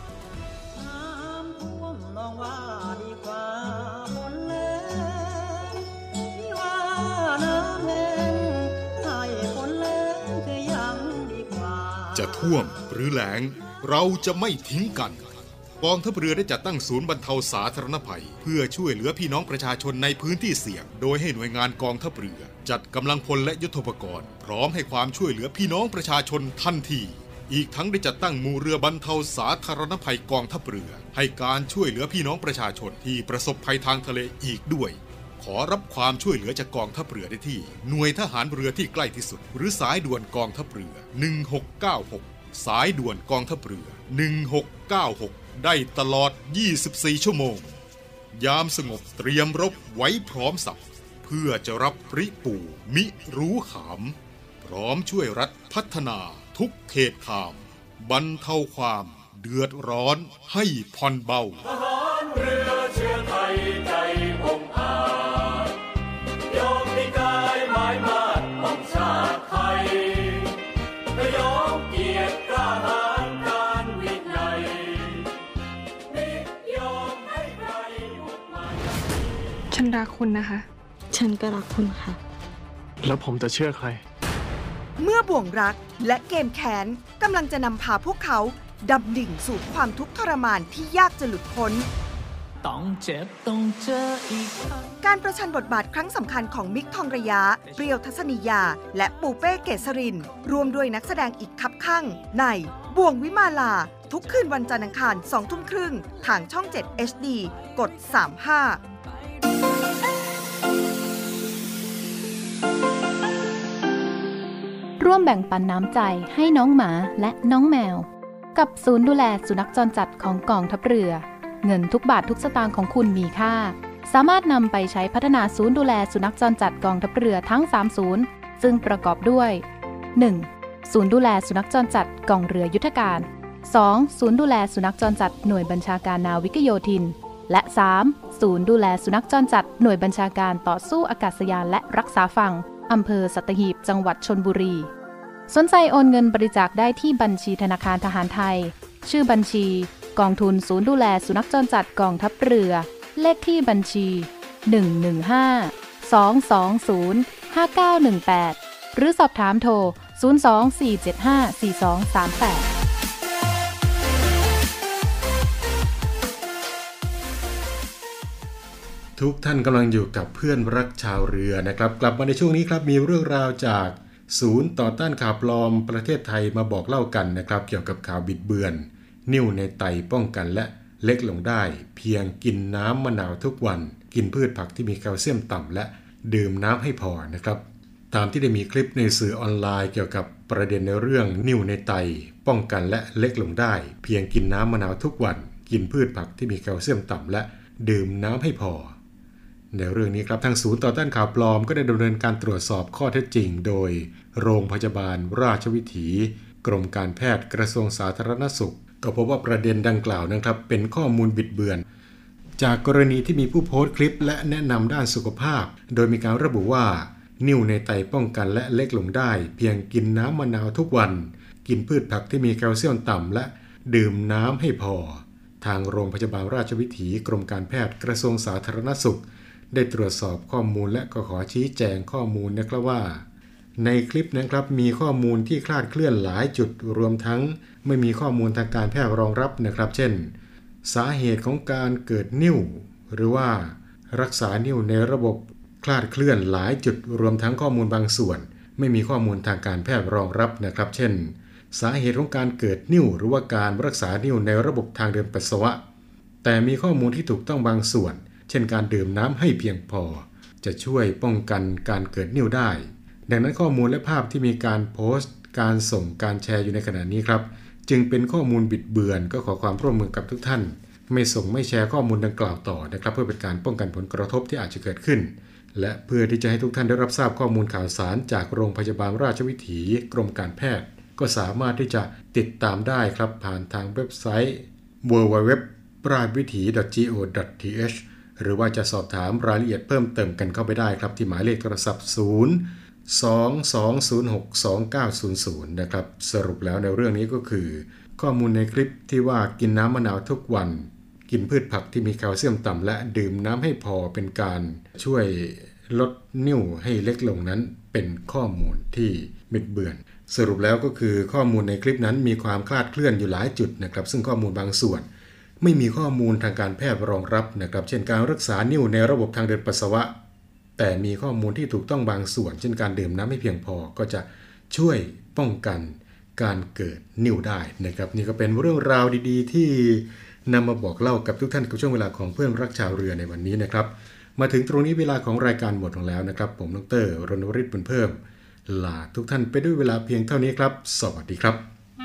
จะท่วมหรือแล้งเราจะไม่ทิ้งกันกองทัพเรือได้จัดตั้งศูนย์บรรเทาสาธารณภัยเพื่อช่วยเหลือพี่น้องประชาชนในพื้นที่เสี่ยงโดยให้หน่วยงานกองทัพเรือจัดกำลังพลและยุทโธปกรณ์พร้อมให้ความช่วยเหลือพี่น้องประชาชนทันทีอีกทั้งได้จัดตั้งหมู่เรือบรรเทาสาธารณภัยกองทัพเรือให้การช่วยเหลือพี่น้องประชาชนที่ประสบภัยทางทะเลอีกด้วยขอรับความช่วยเหลือจากกองทัพเรือได้ที่หน่วยทหารเรือที่ใกล้ที่สุดหรือสายด่วนกองทัพเรือหนึ่งหกเก้าหกสายด่วนกองทัพเรือหนึ่งหกเก้าหกได้ตลอดยี่สิบสี่ชั่วโมงยามสงบเตรียมรบไว้พร้อมสับเพื่อจะรับปริปู่มิรู้ขามพร้อมช่วยรัฐพัฒนาทุกเขตขามบรรเทาความเดือดร้อนให้ผ่อนเบาทหารเรือเชื้อไทยใจองอาจยอมมีกายหมายมาดของชาติไทยยอมเกียรติกล้าหาญการวินัยไม่ยอมให้ใครบุกมาฉันรักคุณนะคะฉันก็รักคุณค่ะแล้วผมจะเชื่อใครเมื่อบ่วงรักและเกมแค้นกำลังจะนำพาพวกเขาดำดิ่งสู่ความทุกข์ทรมานที่ยากจะหลุดพ้นต้องเจ็บต้องเจออีกการประชันบทบาทครั้งสำคัญของมิกทองระยะเปรียวทัศนียาและปูเป้เกษรินรวมด้วยนักแสดงอีกคับข้างในบ่วงวิมาลาทุกคืนวันจันทร์อังคารสองทุ่มครึ่งทางช่องเจ็ด เอช ดี กดสามสิบห้าร่วมแบ่งปันน้ำใจให้น้องหมาและน้องแมวกับศูนย์ดูแลสุนัขจรจัดของกองทัพเรือเงินทุกบาททุกสตางค์ของคุณมีค่าสามารถนำไปใช้พัฒนาศูนย์ดูแลสุนัขจรจัดกองทัพเรือทั้งสามศูนย์ซึ่งประกอบด้วย หนึ่ง. ศูนย์ดูแลสุนัขจรจัดกองเรือยุทธการ สอง. ศูนย์ดูแลสุนัขจรจัดหน่วยบัญชาการนาวิกโยธินและ สาม. ศูนย์ดูแลสุนัขจรจัดหน่วยบัญชาการต่อสู้อากาศยานและรักษาฝั่งอำเภอสัตหีบจังหวัดชลบุรีสนใจโอนเงินบริจาคได้ที่บัญชีธนาคารทหารไทยชื่อบัญชีกองทุนศูนย์ดูแลสุนัขจรจัดกองทัพเรือเลขที่บัญชีหนึ่ง หนึ่ง ห้า สอง สอง ศูนย์ ห้า เก้า หนึ่ง แปดหรือสอบถามโทรศูนย์ สอง สี่ เจ็ด ห้า สี่ สอง สาม แปดทุกท่านกำลังอยู่กับเพื่อนรักชาวเรือนะครับกลับมาในช่วงนี้ครับมีเรื่องราวจากศูนย์ต่อต้านข่าวปลอมประเทศไทยมาบอกเล่ากันนะครับเกี่ยวกับข่าวบิดเบือนนิ่วในไตป้องกันและเล็กลงได้เพียงกินน้ำมะนาวทุกวันกินพืชผักที่มีแคลเซียมต่ำและดื่มน้ำให้พอนะครับตามที่ได้มีคลิปในสื่อออนไลน์เกี่ยวกับประเด็นในเรื่องนิ่วในไตป้องกันและเล็กลงได้เพียงกินน้ำมะนาวทุกวันกินพืชผักที่มีแคลเซียมต่ำและดื่มน้ำให้พอในเรื่องนี้ครับทางศูนย์ต่อต้านข่าวปลอมก็ได้ดำเนินการตรวจสอบข้อเท็จจริงโดยโรงพยาบาลราชวิถีกรมการแพทย์กระทรวงสาธารณสุขก็พบว่าประเด็นดังกล่าวนะครับเป็นข้อมูลบิดเบือนจากกรณีที่มีผู้โพสต์คลิปและแนะนำด้านสุขภาพโดยมีการระบุว่านิ่วในไตป้องกันและเล็กลงได้เพียงกินน้ำมะนาวทุกวันกินพืชผักที่มีแคลเซียมต่ำและดื่มน้ำให้พอทางโรงพยาบาลราชวิถีกรมการแพทย์กระทรวงสาธารณสุขได้ตรวจสอบข้อมูลและก็ขอชี้แจงข้อมูลนะครับว่าในคลิปนะครับมีข้อมูลที่คลาดเคลื่อนหลายจุดรวมทั้งไม่มีข้อมูลทางการแพทย์รองรับนะครับเช่นสาเหตุของการเกิดนิ่วหรือว่ารักษานิ่วในระบบคลาดเคลื่อนหลายจุดรวมทั้งข้อมูลบางส่วนไม่มีข้อมูลทางการแพทย์รองรับนะครับเช่นสาเหตุของการเกิดนิ่วหรือว่าการรักษานิ่วในระบบทางเดินปัสสาวะแต่มีข้อมูลที่ถูกต้องบางส่วนเช่นการดื่มน้ำให้เพียงพอจะช่วยป้องกันการเกิดนิ่วได้ดังนั้นข้อมูลและภาพที่มีการโพสต์การส่งการแชร์อยู่ในขณะนี้ครับจึงเป็นข้อมูลบิดเบือนก็ขอความร่วมมือกับทุกท่านไม่ส่งไม่แชร์ข้อมูลดังกล่าวต่อนะครับเพื่อเป็นการป้องกันผลกระทบที่อาจจะเกิดขึ้นและเพื่อที่จะให้ทุกท่านได้รับทราบข้อมูลข่าวสารจากโรงพยาบาลราชวิถีกรมการแพทย์ก็สามารถที่จะติดตามได้ครับผ่านทางเว็บไซต์ ดับเบิลยู ดับเบิลยู ดับเบิลยู ดอท ราชวิถี ดอท จี โอ ดอท ที เอช หรือว่าจะสอบถามรายละเอียดเพิ่มเติมกันเข้าไปได้ครับที่หมายเลขโทรศัพท์ศูนย์ สอง สอง ศูนย์ หก สอง เก้า ศูนย์ ศูนย์นะครับสรุปแล้วในเรื่องนี้ก็คือข้อมูลในคลิปที่ว่ากินน้ำมะนาวทุกวันกินพืชผักที่มีแคลเซียมต่ำและดื่มน้ำให้พอเป็นการช่วยลดนิ่วให้เล็กลงนั้นเป็นข้อมูลที่บิดเบือนสรุปแล้วก็คือข้อมูลในคลิปนั้นมีความคลาดเคลื่อนอยู่หลายจุดนะครับซึ่งข้อมูลบางส่วนไม่มีข้อมูลทางการแพทย์รองรับนะครับเช่นการรักษานิ่วในระบบทางเดินปัสสาวะแต่มีข้อมูลที่ถูกต้องบางส่วนเช่นการดื่มน้ำให้เพียงพอก็จะช่วยป้องกันการเกิดนิ่วได้นะครับนี่ก็เป็นเรื่องราวดีๆที่นำมาบอกเล่ากับทุกท่านกับช่วงเวลาของเพื่อนรักชาวเรือในวันนี้นะครับมาถึงตรงนี้เวลาของรายการหมดลงแล้วนะครับผมดร.รณวริศ บุญเพิ่มลาทุกท่านไปด้วยเวลาเพียงเท่านี้ครับสวัสดีครับ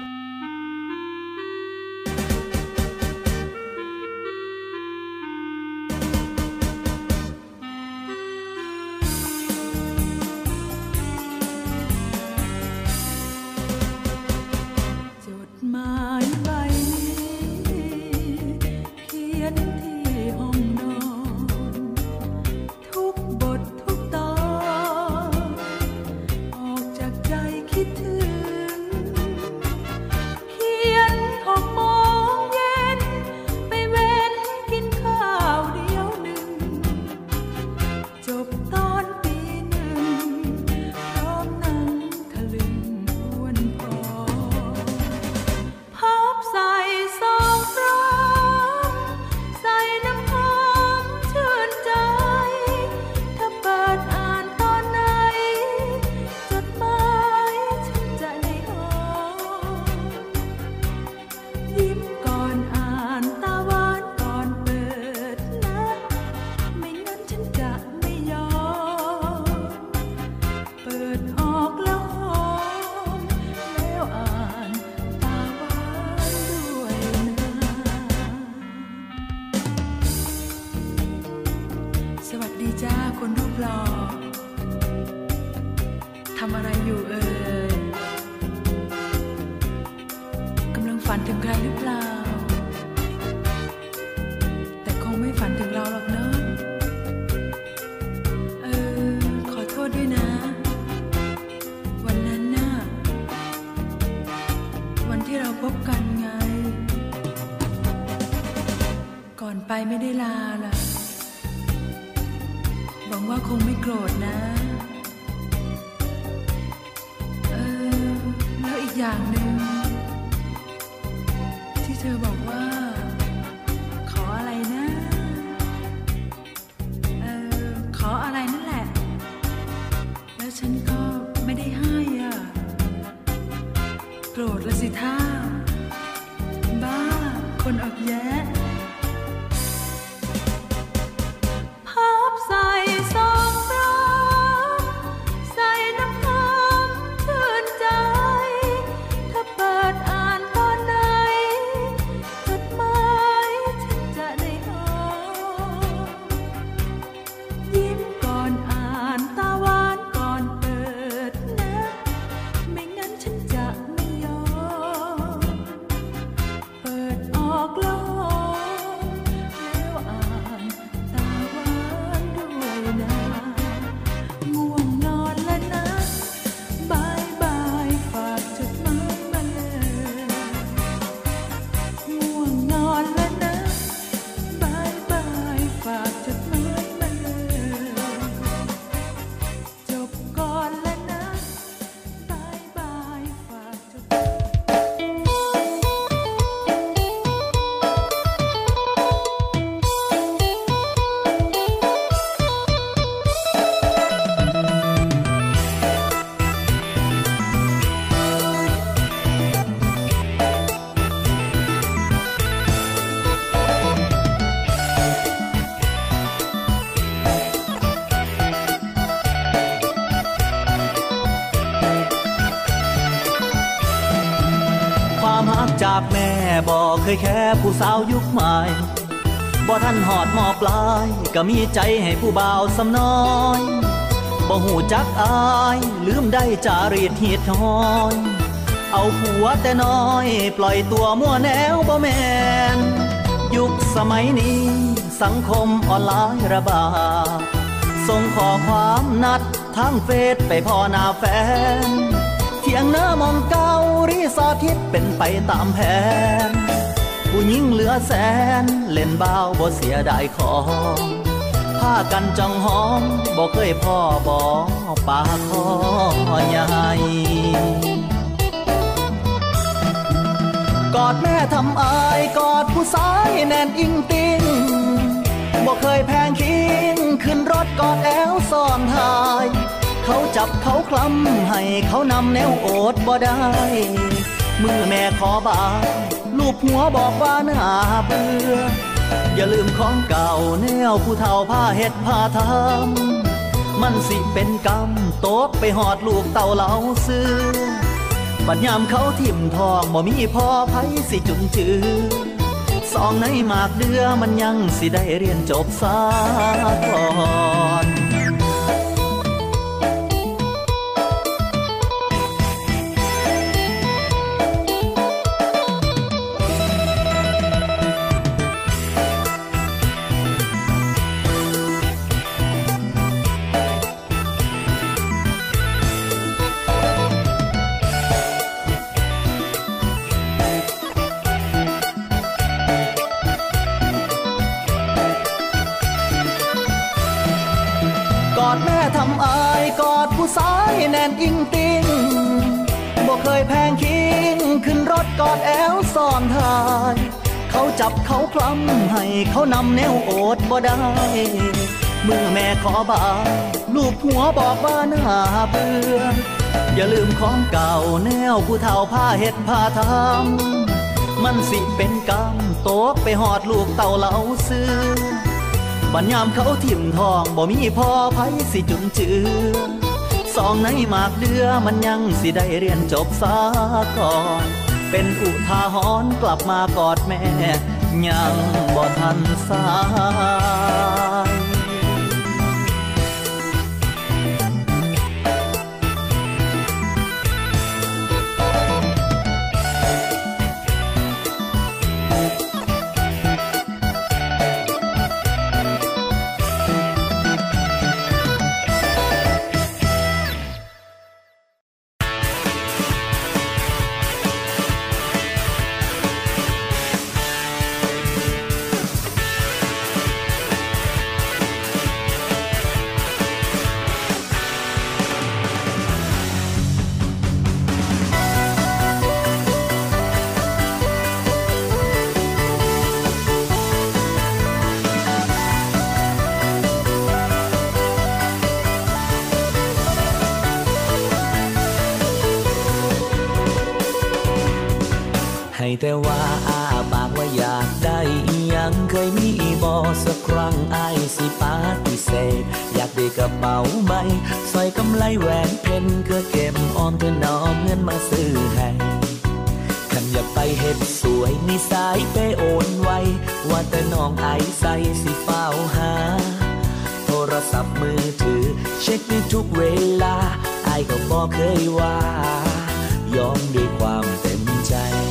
ไปไม่ได้ลาล่ะหวังว่าคงไม่โกรธนะเออแล้วอีกอย่างหนึ่งที่เธอบอกว่าขออะไรนะเออขออะไรนั่นแหละแล้วฉันก็ไม่ได้ให้อะคนออกแย้พับใส่ซองรักใส่น้ำหอมชื่นใจถ้าเปิดอ่านตอนไหนจดหมายฉันจะได้หอมยิ้มก่อนอ่านตาหวานก่อนเปิดนะไม่งั้นฉันจะไม่ยอมเปิดออกแล้วหอมแล้วอ่านตาหวานด้วยนะง่วงนอนแล้วนะบายบายฝากจดหมายมาเลยง่วงนอนแล้วนะบายบายฝากจดหมายมาเลยจบก่อนแล้วนะบายบายฝากจดความฮักจากแม่บ่เคยแค่ผู้สาวยุคใหม่บ่ทันหอดมอปลายก็มีใจให้ผู้บ่าวสำน้อยบ่หูจักอายลืมได้จารีตเฮียดห้อยเอาผัวแต่น้อยปล่อยตัวมั่วแนวบ่แม่นยุคสมัยนี้สังคมออนไลน์ระบาดส่งข้อความนัดทางเฟซไปพอหน้าแฟนเที่ยงเนื้อมองเก่ารีสอร์ททิศเป็นไปตามแผนผู้หญิงเหลือแสนเล่นบ้าวบ่เสียดายของพากันจ้องหอมบ่เคยพ่อบ่ปากคอใหญ่กอดแม่ทำอายกอดผู้สายแน่นอิงติงบ่เคยแพงคิงขึ้นรถกอดแอวซ่อนท้ายเขาจับเขาคลำให้เขานำแนวโอดบ่ได้มือแม่ขอบายลูบหัวบอกว่าน่าเบื่ออย่าลืมของเก่าแนวผู้เฒ่าผ้าเฮ็ดผ้าทำมันสิเป็นกรรมตกไปหอดลูกเต่าเหลาเสื้อบัดยามเขาทิ่มทองบ่มีพ่อไผสิจุนจือสองในหมากเดือมันยังสิได้เรียนจบซะก่อนแม่ทำอายกอดผู้สายแน่นอิงติงบ่เคยแพงคิงขึ้นรถกอดแอวซ่อนท้ายเขาจับเขาคลำให้เขานำแนวโอดบ่ได้มือแม่ขอบายลูกหัวบอกว่าน่าเบื่ออย่าลืมของเก่าแนวผู้เฒ่าผ้าเฮ็ดผ้าทำมันสิเป็นกรรมตกไปหอดลูกเต่าเหลาเสื้อบัดยามเขาทิ่มทองบ่มีพ่อไผสิจุนจือสองในหมากเดือมันยังสิได้เรียนจบซะก่อนเป็นอุทาหรณ์กลับมากอดแม่ยังบ่ทันสายให้แต่ว่าอาปากว่าอยอยากได้อีหยังเคยมีบ่สักครั้งอ้ายสิปฏิเสธอยากได้กระเป๋าใบสร้อยกำไลแหวนเพชรเพื่อเก็บออมเธอน้อมเงินมาซื้อให้คันอยากไปเฮ็ดสวยมีสายไปโอนไว้ว่าแต่น้องไอใส่สิเฝ้าหาโทรศัพท์มือถือเช็คได้ทุกเวลาไอก็บอกเคยว่ายอมด้วยความเต็มใจ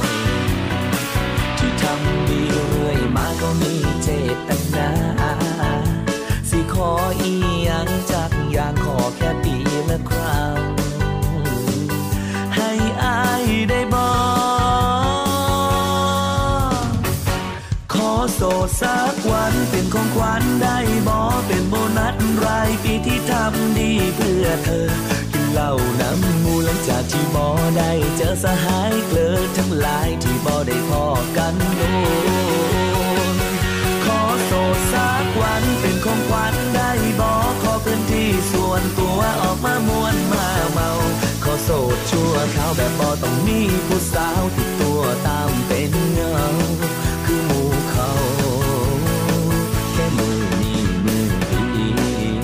ที่ทำดีเรื่อยมาก็มีเจตนาสิขออีหยังจากอย่างขอแค่ปีละครั้งให้อายได้บอกขอโสดสักวันเป็นของขวัญได้บ่เป็นโบนัสรายปีที่ทำดีเพื่อเธอกินเหล้าน้ำมูหลังจากที่บ่ได้เจอสหายเกลือทั้งหลายที่บ่ได้พอกันโดนขอโสดสักวันเป็นของขวัญได้บ่ขอพื้นที่ส่วนตัวออกมามวนมาเมาขอโสดชั่วคราวแบบบ่ต้องมีผู้สาวติดตัวตามเป็นเงาคือหมู่เขาแค่มือนี้มือเดียว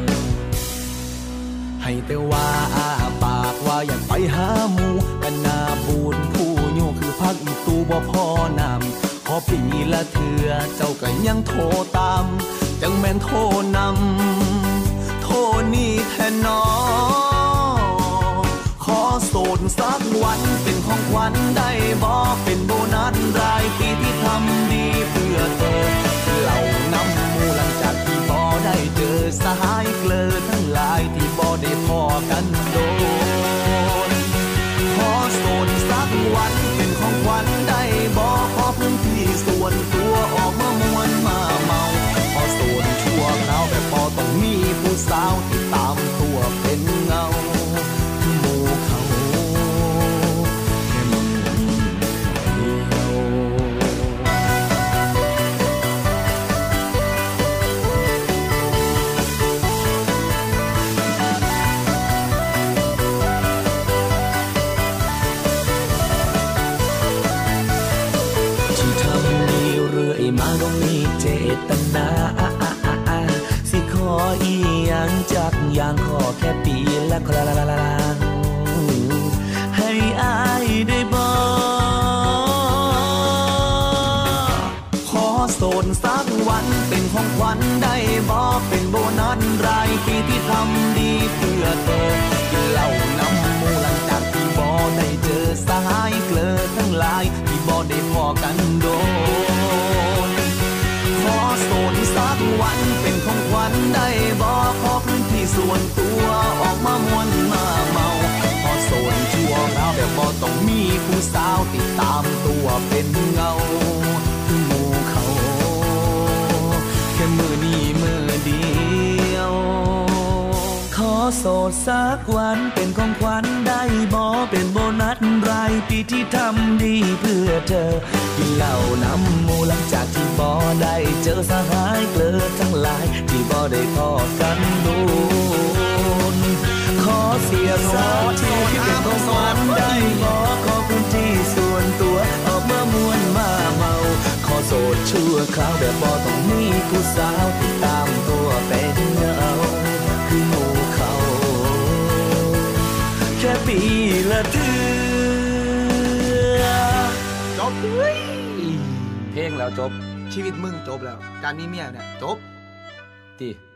ให้แต่ว่าอาปากว่าอยากไปหาหมู่กันนาบูนผู้โยคือพักอีตูบ่พอนำขอปีละเถื่อเจ้าก็ยังโทรตามจังแม่นโทรนำโทรนี่แทนน้อขอโสดสักวันเป็นของขวัญได้บ่เป็นโบนัสรายปีที่ทำดีเพื่อเธอเหล่าน้ำมูหลังจากที่บ่ได้เจอสหายเกลือทั้งหลายที่บ่ได้พอกันโดนขอโสดสักวันเป็นของขวัญได้บ่ขอพื้นที่ส่วนตัวออกมามวนมาเมาขอโสดชั่วคราวแบบพอต้องมีผู้สาวที่ตามตัวเป็นเงาหมู่เขาแค่มือเดียวที่ทำดีเรื่อยมาก็มีเจตนาสิขออีหยังจากอย่างขอแค่ปีละครั้งให้อายได้บอกขอโสดสักวันเป็นของขวัญได้บ่เป็นโบนัสรายปีที่ทำดีเพื่อเธอกินเหล้าน้ำมูหลังจากที่บ่ได้เจอสหายเกลือทั้งหลายที่บ่ได้พอกันโดนขอโสดสักวันเป็นของขวัญได้บ่ขอพื้นที่ส่วนตัวออกมามวนมาเมาขอโสดชั่วคราวแบบบ่ต้องมีผู้สาวติดตามตัวเป็นเงาคือหมู่เขาแค่มือนี้มือเดียวขอโสดสักวันเป็นของขวัญได้บ่เป็นโบนัสรายปีที่ทำดีเพื่อเธอกินเหล้าน้ำหมู่หลังจากที่บ่ได้เจอสหายเกลือทั้งหลายที่บ่ได้พอกันโดนขอเสียสละที่เป็นของขวัญได้บ่ขอพื้นที่ส่วนตัวออกมามวนมาเมาขอโสดชั่วคราวแบบบ่ต้องมีผู้สาวติดตามตัวเป็นเงาคือหมู่เขาแค่ปีละเทื่อจบเฮ้ยเพลงแล้วจบชีวิตมึงจบแล้วการมีเมียเนี่ยจบติ